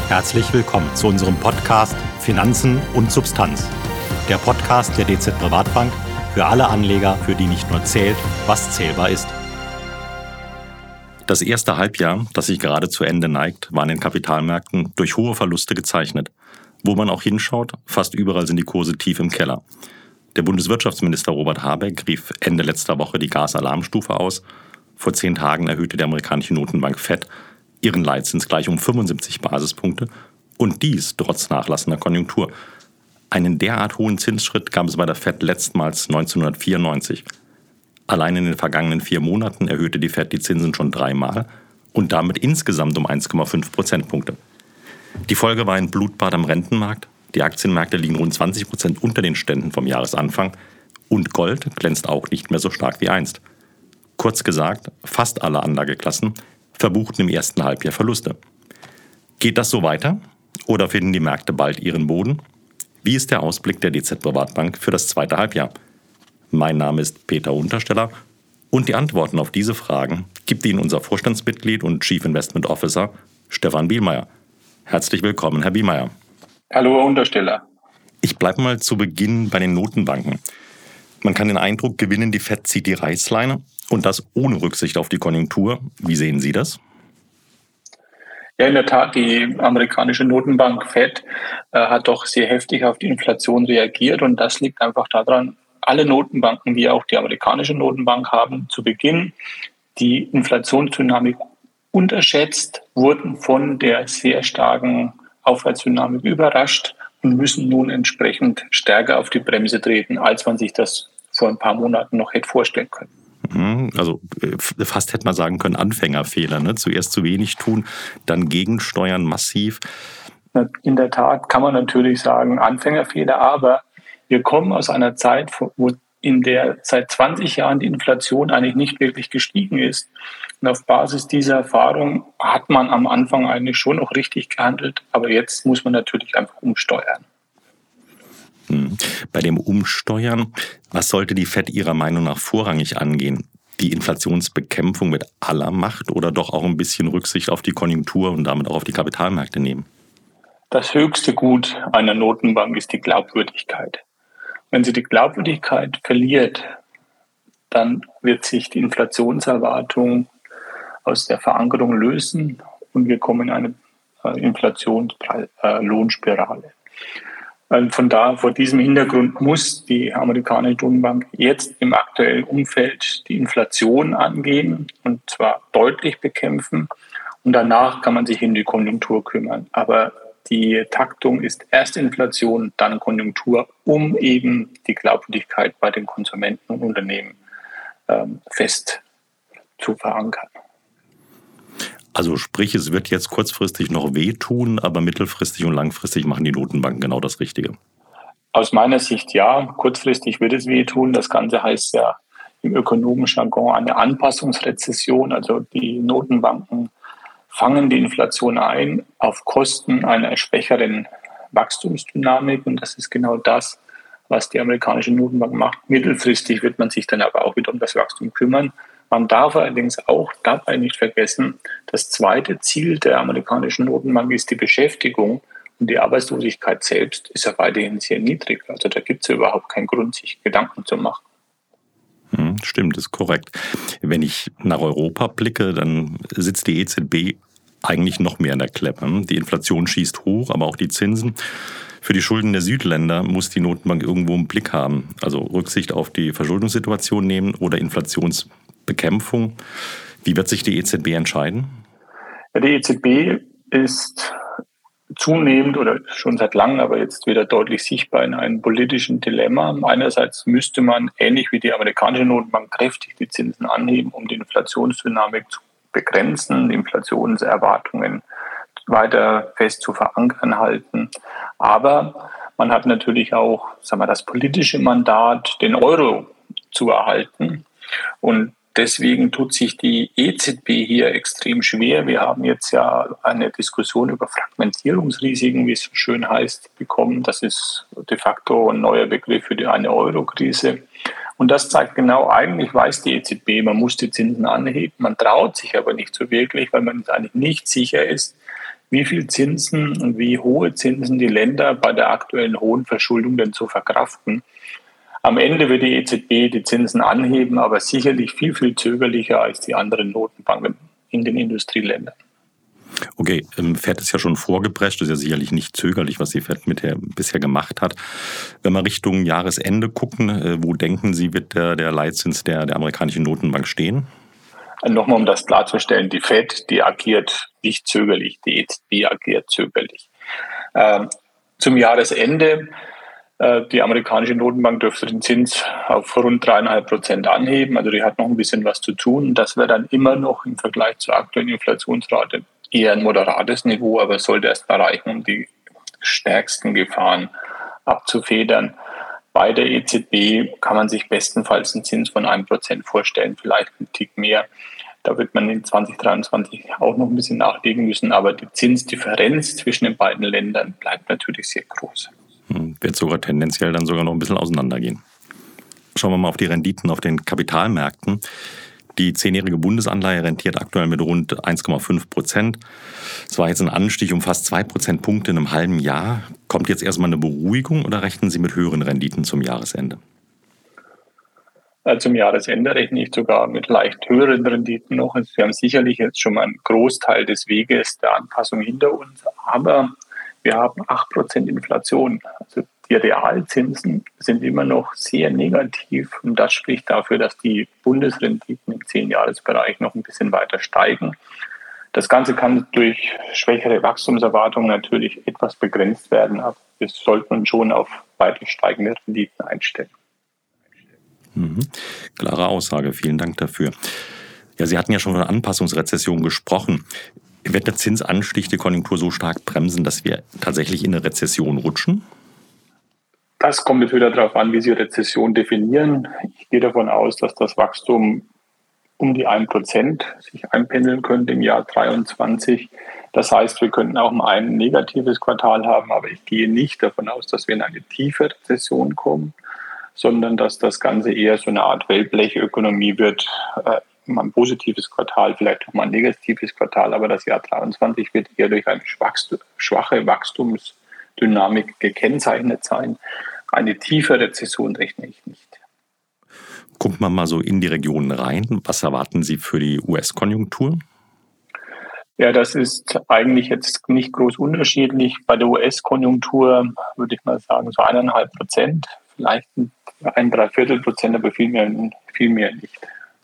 Herzlich willkommen zu unserem Podcast Finanzen und Substanz. Der Podcast der DZ Privatbank für alle Anleger, für die nicht nur zählt, was zählbar ist. Das erste Halbjahr, das sich gerade zu Ende neigt, war an den Kapitalmärkten durch hohe Verluste gezeichnet. Wo man auch hinschaut, fast überall sind die Kurse tief im Keller. Der Bundeswirtschaftsminister Robert Habeck rief Ende letzter Woche die Gasalarmstufe aus. Vor 10 Tagen erhöhte die amerikanische Notenbank Fed ihren Leitzins gleich um 75 Basispunkte und dies trotz nachlassender Konjunktur. Einen derart hohen Zinsschritt gab es bei der Fed letztmals 1994. Allein in den vergangenen 4 Monaten erhöhte die Fed die Zinsen schon 3-mal und damit insgesamt um 1,5 Prozentpunkte. Die Folge war ein Blutbad am Rentenmarkt. Die Aktienmärkte liegen rund 20% unter den Ständen vom Jahresanfang und Gold glänzt auch nicht mehr so stark wie einst. Kurz gesagt, fast alle Anlageklassen verbuchten im ersten Halbjahr Verluste. Geht das so weiter oder finden die Märkte bald ihren Boden? Wie ist der Ausblick der DZ Privatbank für das zweite Halbjahr? Mein Name ist Peter Untersteller und die Antworten auf diese Fragen gibt Ihnen unser Vorstandsmitglied und Chief Investment Officer Stefan Bielmeier. Herzlich willkommen, Herr Bielmeier. Hallo, Herr Untersteller. Ich bleibe mal zu Beginn bei den Notenbanken. Man kann den Eindruck gewinnen, die Fed zieht die Reißleine und das ohne Rücksicht auf die Konjunktur. Wie sehen Sie das? Ja, in der Tat, die amerikanische Notenbank Fed hat doch sehr heftig auf die Inflation reagiert und das liegt einfach daran, alle Notenbanken, wie auch die amerikanische Notenbank, haben zu Beginn die Inflationsdynamik unterschätzt, wurden von der sehr starken Aufwärtsdynamik überrascht und müssen nun entsprechend stärker auf die Bremse treten, als man sich das vor ein paar Monaten noch hätte vorstellen können. Also fast hätte man sagen können, Anfängerfehler. Ne? Zuerst zu wenig tun, dann gegensteuern massiv. In der Tat kann man natürlich sagen, Anfängerfehler, aber wir kommen aus einer Zeit, in der seit 20 Jahren die Inflation eigentlich nicht wirklich gestiegen ist. Und auf Basis dieser Erfahrung hat man am Anfang eigentlich schon noch richtig gehandelt, aber jetzt muss man natürlich einfach umsteuern. Bei dem Umsteuern, was sollte die Fed Ihrer Meinung nach vorrangig angehen? Die Inflationsbekämpfung mit aller Macht oder doch auch ein bisschen Rücksicht auf die Konjunktur und damit auch auf die Kapitalmärkte nehmen? Das höchste Gut einer Notenbank ist die Glaubwürdigkeit. Wenn sie die Glaubwürdigkeit verliert, dann wird sich die Inflationserwartung aus der Verankerung lösen und wir kommen in eine Inflationslohnspirale. Vor diesem Hintergrund muss die amerikanische Notenbank jetzt im aktuellen Umfeld die Inflation angehen und zwar deutlich bekämpfen und danach kann man sich um die Konjunktur kümmern. Aber die Taktung ist erst Inflation, dann Konjunktur, um eben die Glaubwürdigkeit bei den Konsumenten und Unternehmen fest zu verankern. Also sprich, es wird jetzt kurzfristig noch wehtun, aber mittelfristig und langfristig machen die Notenbanken genau das Richtige. Aus meiner Sicht ja, kurzfristig wird es wehtun. Das Ganze heißt ja im ökonomischen Jargon eine Anpassungsrezession. Also die Notenbanken fangen die Inflation ein auf Kosten einer schwächeren Wachstumsdynamik. Und das ist genau das, was die amerikanische Notenbank macht. Mittelfristig wird man sich dann aber auch wieder um das Wachstum kümmern. Man darf allerdings auch dabei nicht vergessen, das zweite Ziel der amerikanischen Notenbank ist die Beschäftigung und die Arbeitslosigkeit selbst ist ja weiterhin sehr niedrig. Also da gibt es ja überhaupt keinen Grund, sich Gedanken zu machen. Stimmt, ist korrekt. Wenn ich nach Europa blicke, dann sitzt die EZB eigentlich noch mehr in der Kleppe. Die Inflation schießt hoch, aber auch die Zinsen. Für die Schulden der Südländer muss die Notenbank irgendwo im Blick haben. Also Rücksicht auf die Verschuldungssituation nehmen oder Inflationsbekämpfung. Wie wird sich die EZB entscheiden? Ja, die EZB ist zunehmend oder schon seit langem, aber jetzt wieder deutlich sichtbar in einem politischen Dilemma. Einerseits müsste man, ähnlich wie die amerikanische Notenbank, kräftig die Zinsen anheben, um die Inflationsdynamik zu begrenzen, die Inflationserwartungen weiter fest zu verankern halten. Aber man hat natürlich auch, das politische Mandat, den Euro zu erhalten. Und deswegen tut sich die EZB hier extrem schwer. Wir haben jetzt ja eine Diskussion über Fragmentierungsrisiken, wie es so schön heißt, bekommen. Das ist de facto ein neuer Begriff für eine Euro-Krise. Und das zeigt genau, eigentlich weiß die EZB, man muss die Zinsen anheben. Man traut sich aber nicht so wirklich, weil man eigentlich nicht sicher ist, wie viel Zinsen und wie hohe Zinsen die Länder bei der aktuellen hohen Verschuldung denn zu verkraften. Am Ende wird die EZB die Zinsen anheben, aber sicherlich viel, viel zögerlicher als die anderen Notenbanken in den Industrieländern. Okay, Fed ist ja schon vorgeprescht, ist ja sicherlich nicht zögerlich, was die Fed bisher gemacht hat. Wenn wir Richtung Jahresende gucken, wo denken Sie, wird der Leitzins der amerikanischen Notenbank stehen? Nochmal, um das klarzustellen, die Fed, die agiert nicht zögerlich, die EZB agiert zögerlich. Zum Jahresende, die amerikanische Notenbank dürfte den Zins auf rund 3,5% anheben, also die hat noch ein bisschen was zu tun. Das wäre dann immer noch im Vergleich zur aktuellen Inflationsrate eher ein moderates Niveau, aber es sollte erst mal reichen, um die stärksten Gefahren abzufedern. Bei der EZB kann man sich bestenfalls einen Zins von 1% vorstellen, vielleicht einen Tick mehr. Da wird man in 2023 auch noch ein bisschen nachlegen müssen, aber die Zinsdifferenz zwischen den beiden Ländern bleibt natürlich sehr groß. Wird sogar tendenziell dann sogar noch ein bisschen auseinandergehen. Schauen wir mal auf die Renditen auf den Kapitalmärkten. Die 10-jährige Bundesanleihe rentiert aktuell mit rund 1,5%. Es war jetzt ein Anstieg um fast 2 Prozentpunkte in einem halben Jahr. Kommt jetzt erstmal eine Beruhigung oder rechnen Sie mit höheren Renditen zum Jahresende? Zum Jahresende rechne ich sogar mit leicht höheren Renditen noch. Wir haben sicherlich jetzt schon mal einen Großteil des Weges der Anpassung hinter uns, aber wir haben 8% Inflation. Also die Realzinsen sind immer noch sehr negativ und das spricht dafür, dass die Bundesrenditen im 10-Jahres-Bereich noch ein bisschen weiter steigen. Das Ganze kann durch schwächere Wachstumserwartungen natürlich etwas begrenzt werden, aber wir sollten uns schon auf weiter steigende Renditen einstellen. Klare Aussage, vielen Dank dafür. Ja, Sie hatten ja schon von einer Anpassungsrezession gesprochen. Wird der Zinsanstieg die Konjunktur so stark bremsen, dass wir tatsächlich in eine Rezession rutschen? Das kommt jetzt wieder darauf an, wie Sie Rezession definieren. Ich gehe davon aus, dass das Wachstum um die 1% sich einpendeln könnte im Jahr 2023. Das heißt, wir könnten auch mal ein negatives Quartal haben, aber ich gehe nicht davon aus, dass wir in eine tiefe Rezession kommen, sondern dass das Ganze eher so eine Art Wellblechökonomie wird. Mal ein positives Quartal, vielleicht auch mal ein negatives Quartal, aber das Jahr 2023 wird eher durch eine schwache Wachstumsdynamik gekennzeichnet sein. Eine tiefe Rezession rechne ich nicht. Guckt man mal so in die Regionen rein. Was erwarten Sie für die US-Konjunktur? Ja, das ist eigentlich jetzt nicht groß unterschiedlich. Bei der US-Konjunktur würde ich mal sagen so 1,5%, vielleicht ein Dreiviertelprozent, aber viel mehr nicht.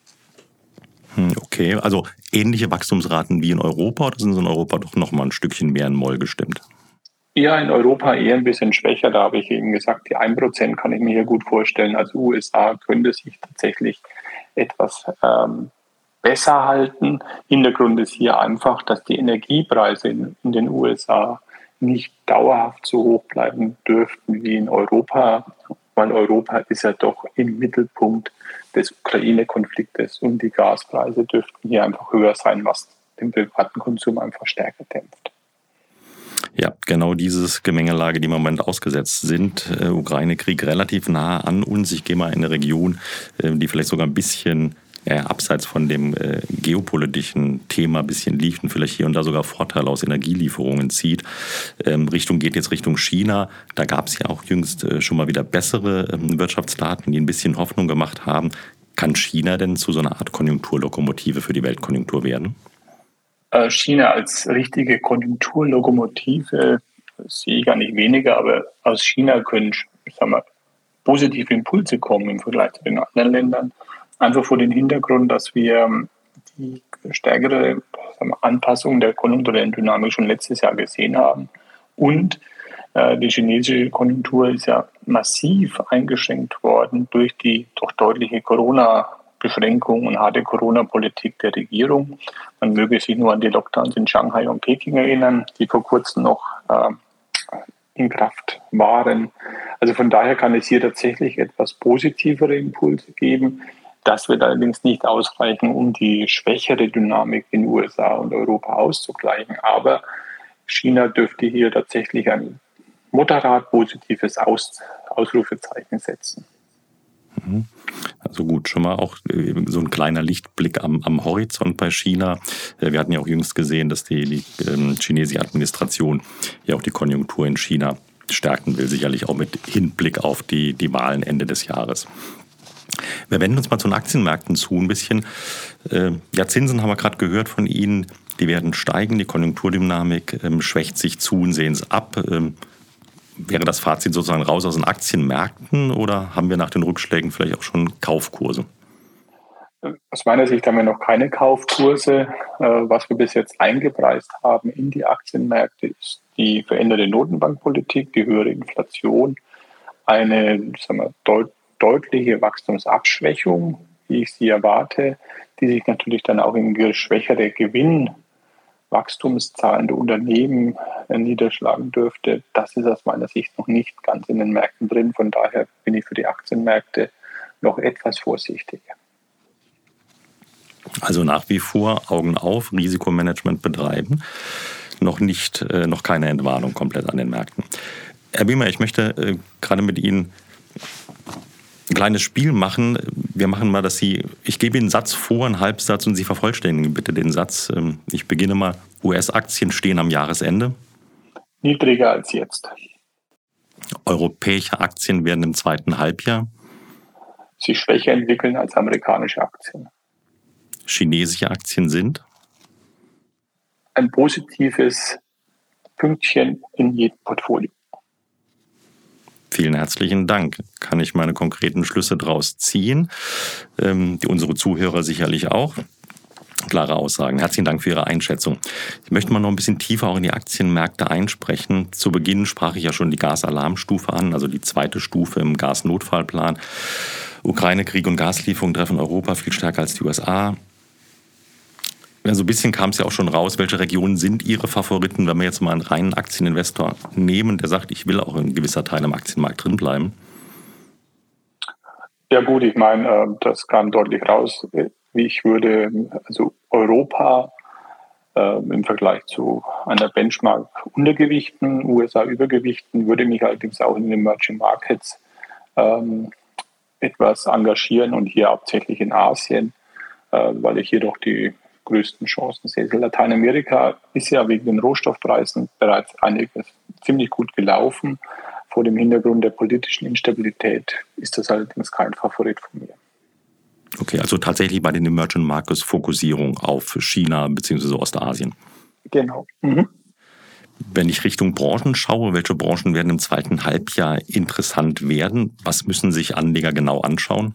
Okay, also ähnliche Wachstumsraten wie in Europa oder sind sie in Europa doch noch mal ein Stückchen mehr in Moll gestimmt? Ja, in Europa eher ein bisschen schwächer. Da habe ich eben gesagt, die 1% kann ich mir hier gut vorstellen. Also USA könnte sich tatsächlich etwas besser halten. Hintergrund ist hier einfach, dass die Energiepreise in den USA nicht dauerhaft so hoch bleiben dürften wie in Europa, weil Europa ist ja doch im Mittelpunkt des Ukraine-Konfliktes und die Gaspreise dürften hier einfach höher sein, was den privaten Konsum einfach stärker dämpft. Ja, genau dieses Gemengelage, die im Moment ausgesetzt sind. Ukraine-Krieg relativ nah an uns. Ich gehe mal in eine Region, die vielleicht sogar ein bisschen abseits von dem geopolitischen Thema ein bisschen liegt und vielleicht hier und da sogar Vorteile aus Energielieferungen zieht. Geht jetzt Richtung China. Da gab es ja auch jüngst schon mal wieder bessere Wirtschaftsdaten, die ein bisschen Hoffnung gemacht haben. Kann China denn zu so einer Art Konjunkturlokomotive für die Weltkonjunktur werden? China als richtige Konjunkturlokomotive sehe ich gar nicht weniger, aber aus China können, positive Impulse kommen im Vergleich zu den anderen Ländern. Einfach vor dem Hintergrund, dass wir die stärkere Anpassung der konjunkturellen Dynamik schon letztes Jahr gesehen haben. Und die chinesische Konjunktur ist ja massiv eingeschränkt worden durch die doch deutliche Corona-Beschränkung und harte Corona-Politik der Regierung. Man möge sich nur an die Lockdowns in Shanghai und Peking erinnern, die vor kurzem noch in Kraft waren. Also von daher kann es hier tatsächlich etwas positivere Impulse geben. Das wird allerdings nicht ausreichen, um die schwächere Dynamik in den USA und Europa auszugleichen. Aber China dürfte hier tatsächlich ein moderat positives Ausrufezeichen setzen. Also gut, schon mal auch so ein kleiner Lichtblick am Horizont bei China. Wir hatten ja auch jüngst gesehen, dass die chinesische Administration ja auch die Konjunktur in China stärken will, sicherlich auch mit Hinblick auf die Wahlen Ende des Jahres. Wir wenden uns mal zu den Aktienmärkten zu ein bisschen. Ja, Zinsen haben wir gerade gehört von Ihnen, die werden steigen, die Konjunkturdynamik schwächt sich zusehends ab. Wäre das Fazit sozusagen raus aus den Aktienmärkten oder haben wir nach den Rückschlägen vielleicht auch schon Kaufkurse? Aus meiner Sicht haben wir noch keine Kaufkurse. Was wir bis jetzt eingepreist haben in die Aktienmärkte ist die veränderte Notenbankpolitik, die höhere Inflation, eine deutliche Wachstumsabschwächung, wie ich sie erwarte, die sich natürlich dann auch in schwächere Gewinnwachstumszahlen der Unternehmen niederschlagen dürfte. Das ist aus meiner Sicht noch nicht ganz in den Märkten drin. Von daher bin ich für die Aktienmärkte noch etwas vorsichtiger. Also nach wie vor Augen auf, Risikomanagement betreiben, noch keine Entwarnung komplett an den Märkten. Herr Biemer, ich möchte gerade mit Ihnen ein kleines Spiel machen. Wir machen mal, ich gebe Ihnen einen Satz vor, einen Halbsatz und Sie vervollständigen bitte den Satz. Ich beginne mal. US-Aktien stehen am Jahresende. Niedriger als jetzt. Europäische Aktien werden im zweiten Halbjahr sich schwächer entwickeln als amerikanische Aktien. Chinesische Aktien sind ein positives Pünktchen in jedem Portfolio. Vielen herzlichen Dank. Kann ich meine konkreten Schlüsse daraus ziehen? Unsere Zuhörer sicherlich auch. Klare Aussagen. Herzlichen Dank für Ihre Einschätzung. Ich möchte mal noch ein bisschen tiefer auch in die Aktienmärkte einsprechen. Zu Beginn sprach ich ja schon die Gasalarmstufe an, also die zweite Stufe im Gasnotfallplan. Ukraine-Krieg und Gaslieferungen treffen Europa viel stärker als die USA. So ein bisschen kam es ja auch schon raus, welche Regionen sind Ihre Favoriten, wenn wir jetzt mal einen reinen Aktieninvestor nehmen, der sagt, ich will auch ein gewisser Teil am Aktienmarkt drin bleiben? Ja gut, ich meine, das kam deutlich raus. Ich würde also Europa im Vergleich zu einer Benchmark untergewichten, USA übergewichten, würde mich allerdings auch in den Emerging Markets etwas engagieren und hier hauptsächlich in Asien, weil ich hier doch die größten Chancen sehe. Lateinamerika ist ja wegen den Rohstoffpreisen bereits einiges ziemlich gut gelaufen. Vor dem Hintergrund der politischen Instabilität ist das allerdings kein Favorit von mir. Okay, also tatsächlich bei den Emerging Markets Fokussierung auf China bzw. Ostasien. Genau. Wenn ich Richtung Branchen schaue, welche Branchen werden im zweiten Halbjahr interessant werden? Was müssen sich Anleger genau anschauen?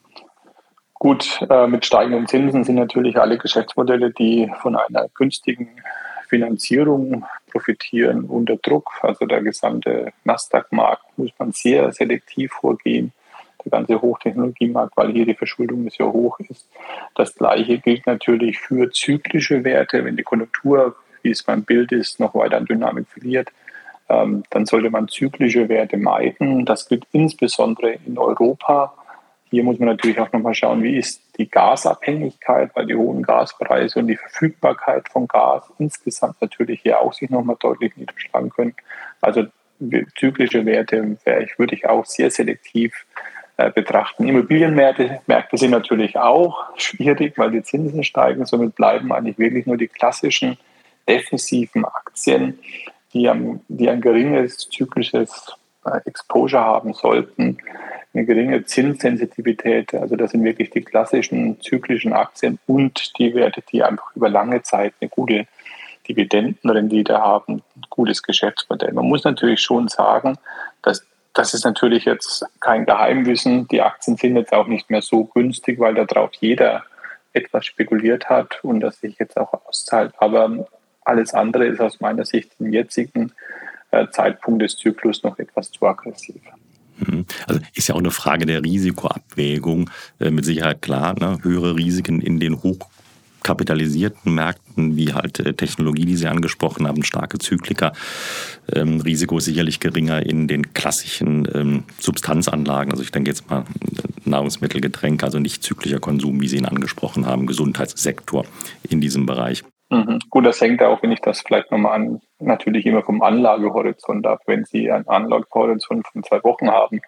Gut, mit steigenden Zinsen sind natürlich alle Geschäftsmodelle, die von einer günstigen Finanzierung profitieren, unter Druck. Also der gesamte Nasdaq-Markt muss man sehr selektiv vorgehen. Der ganze Hochtechnologiemarkt, weil hier die Verschuldung sehr hoch ist. Das Gleiche gilt natürlich für zyklische Werte. Wenn die Konjunktur, wie es beim Bild ist, noch weiter an Dynamik verliert, dann sollte man zyklische Werte meiden. Das gilt insbesondere in Europa. Hier muss man natürlich auch nochmal schauen, wie ist die Gasabhängigkeit, weil die hohen Gaspreise und die Verfügbarkeit von Gas insgesamt natürlich hier auch sich nochmal deutlich niederschlagen können. Also zyklische Werte würde ich auch sehr selektiv betrachten. Immobilienmärkte sind natürlich auch schwierig, weil die Zinsen steigen. Somit bleiben eigentlich wirklich nur die klassischen defensiven Aktien, die ein geringes zyklisches Exposure haben sollten, eine geringe Zinssensitivität. Also das sind wirklich die klassischen zyklischen Aktien und die Werte, die einfach über lange Zeit eine gute Dividendenrendite haben, ein gutes Geschäftsmodell. Man muss natürlich schon sagen, dass das ist natürlich jetzt kein Geheimwissen. Die Aktien sind jetzt auch nicht mehr so günstig, weil darauf jeder etwas spekuliert hat und das sich jetzt auch auszahlt. Aber alles andere ist aus meiner Sicht im jetzigen Zeitpunkt des Zyklus noch etwas zu aggressiv. Also ist ja auch eine Frage der Risikoabwägung. Mit Sicherheit klar, ne? Höhere Risiken in den hochkapitalisierten Märkten, wie halt Technologie, die Sie angesprochen haben, starke Zyklika. Risiko ist sicherlich geringer in den klassischen Substanzanlagen. Also ich denke jetzt mal Nahrungsmittel, Getränke, also nicht zyklischer Konsum, wie Sie ihn angesprochen haben, Gesundheitssektor in diesem Bereich. Gut, das hängt auch, wenn ich das vielleicht nochmal an, natürlich immer vom Anlagehorizont ab. Wenn Sie einen Anlagehorizont von 2 Wochen haben,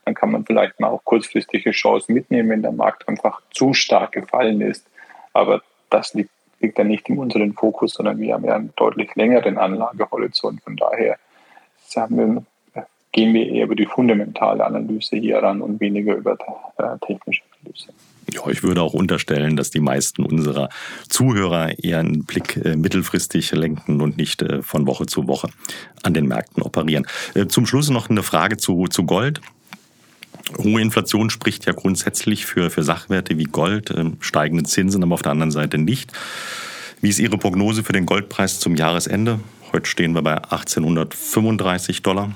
dann kann man vielleicht mal auch kurzfristige Chancen mitnehmen, wenn der Markt einfach zu stark gefallen ist. Aber das liegt dann nicht in unserem Fokus, sondern wir haben ja einen deutlich längeren Anlagehorizont. Von daher gehen wir eher über die fundamentale Analyse hier ran und weniger über technische Analyse. Ja, ich würde auch unterstellen, dass die meisten unserer Zuhörer eher einen Blick mittelfristig lenken und nicht von Woche zu Woche an den Märkten operieren. Zum Schluss noch eine Frage zu Gold. Hohe Inflation spricht ja grundsätzlich für Sachwerte wie Gold, steigende Zinsen, aber auf der anderen Seite nicht. Wie ist Ihre Prognose für den Goldpreis zum Jahresende? Heute stehen wir bei $1835.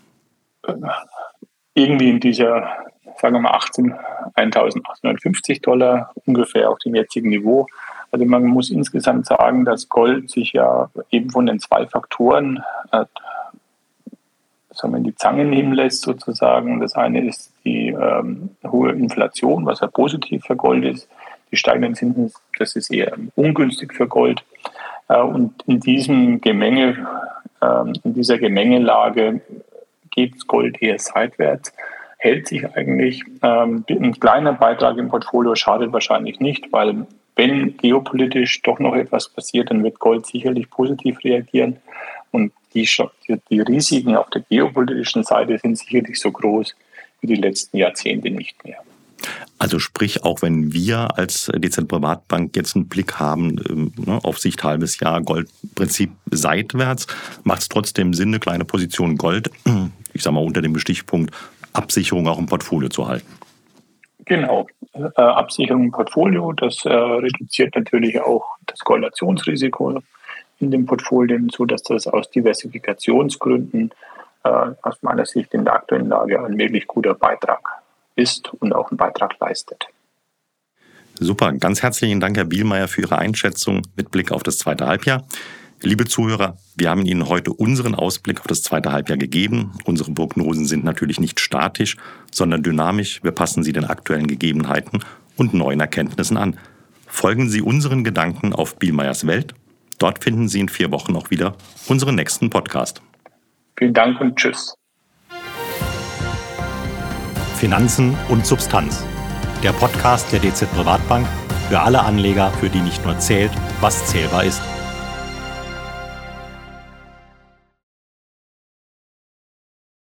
Irgendwie in dieser, sagen wir mal, $1.850 ungefähr auf dem jetzigen Niveau. Also man muss insgesamt sagen, dass Gold sich ja eben von den zwei Faktoren in die Zange nehmen lässt sozusagen. Das eine ist die hohe Inflation, was ja positiv für Gold ist. Die steigenden Zinsen, das ist eher ungünstig für Gold. Und in dieser Gemengelage geht Gold eher seitwärts, hält sich eigentlich. Ein kleiner Beitrag im Portfolio schadet wahrscheinlich nicht, weil wenn geopolitisch doch noch etwas passiert, dann wird Gold sicherlich positiv reagieren. Und die Risiken auf der geopolitischen Seite sind sicherlich so groß wie die letzten Jahrzehnte nicht mehr. Also sprich, auch wenn wir als DZ Privatbank jetzt einen Blick haben auf Sicht halbes Jahr, Goldprinzip seitwärts, macht es trotzdem Sinn, eine kleine Position Gold, ich sage mal unter dem Stichpunkt Absicherung auch im Portfolio zu halten. Genau, Absicherung im Portfolio, das reduziert natürlich auch das Korrelationsrisiko in den Portfolien, sodass das aus Diversifikationsgründen aus meiner Sicht in der aktuellen Lage ein wirklich guter Beitrag ist und auch einen Beitrag leistet. Super, ganz herzlichen Dank, Herr Bielmeier, für Ihre Einschätzung mit Blick auf das zweite Halbjahr. Liebe Zuhörer, wir haben Ihnen heute unseren Ausblick auf das zweite Halbjahr gegeben. Unsere Prognosen sind natürlich nicht statisch, sondern dynamisch. Wir passen sie den aktuellen Gegebenheiten und neuen Erkenntnissen an. Folgen Sie unseren Gedanken auf Bielmeiers Welt. Dort finden Sie in 4 Wochen auch wieder unseren nächsten Podcast. Vielen Dank und tschüss. Finanzen und Substanz. Der Podcast der DZ Privatbank für alle Anleger, für die nicht nur zählt, was zählbar ist.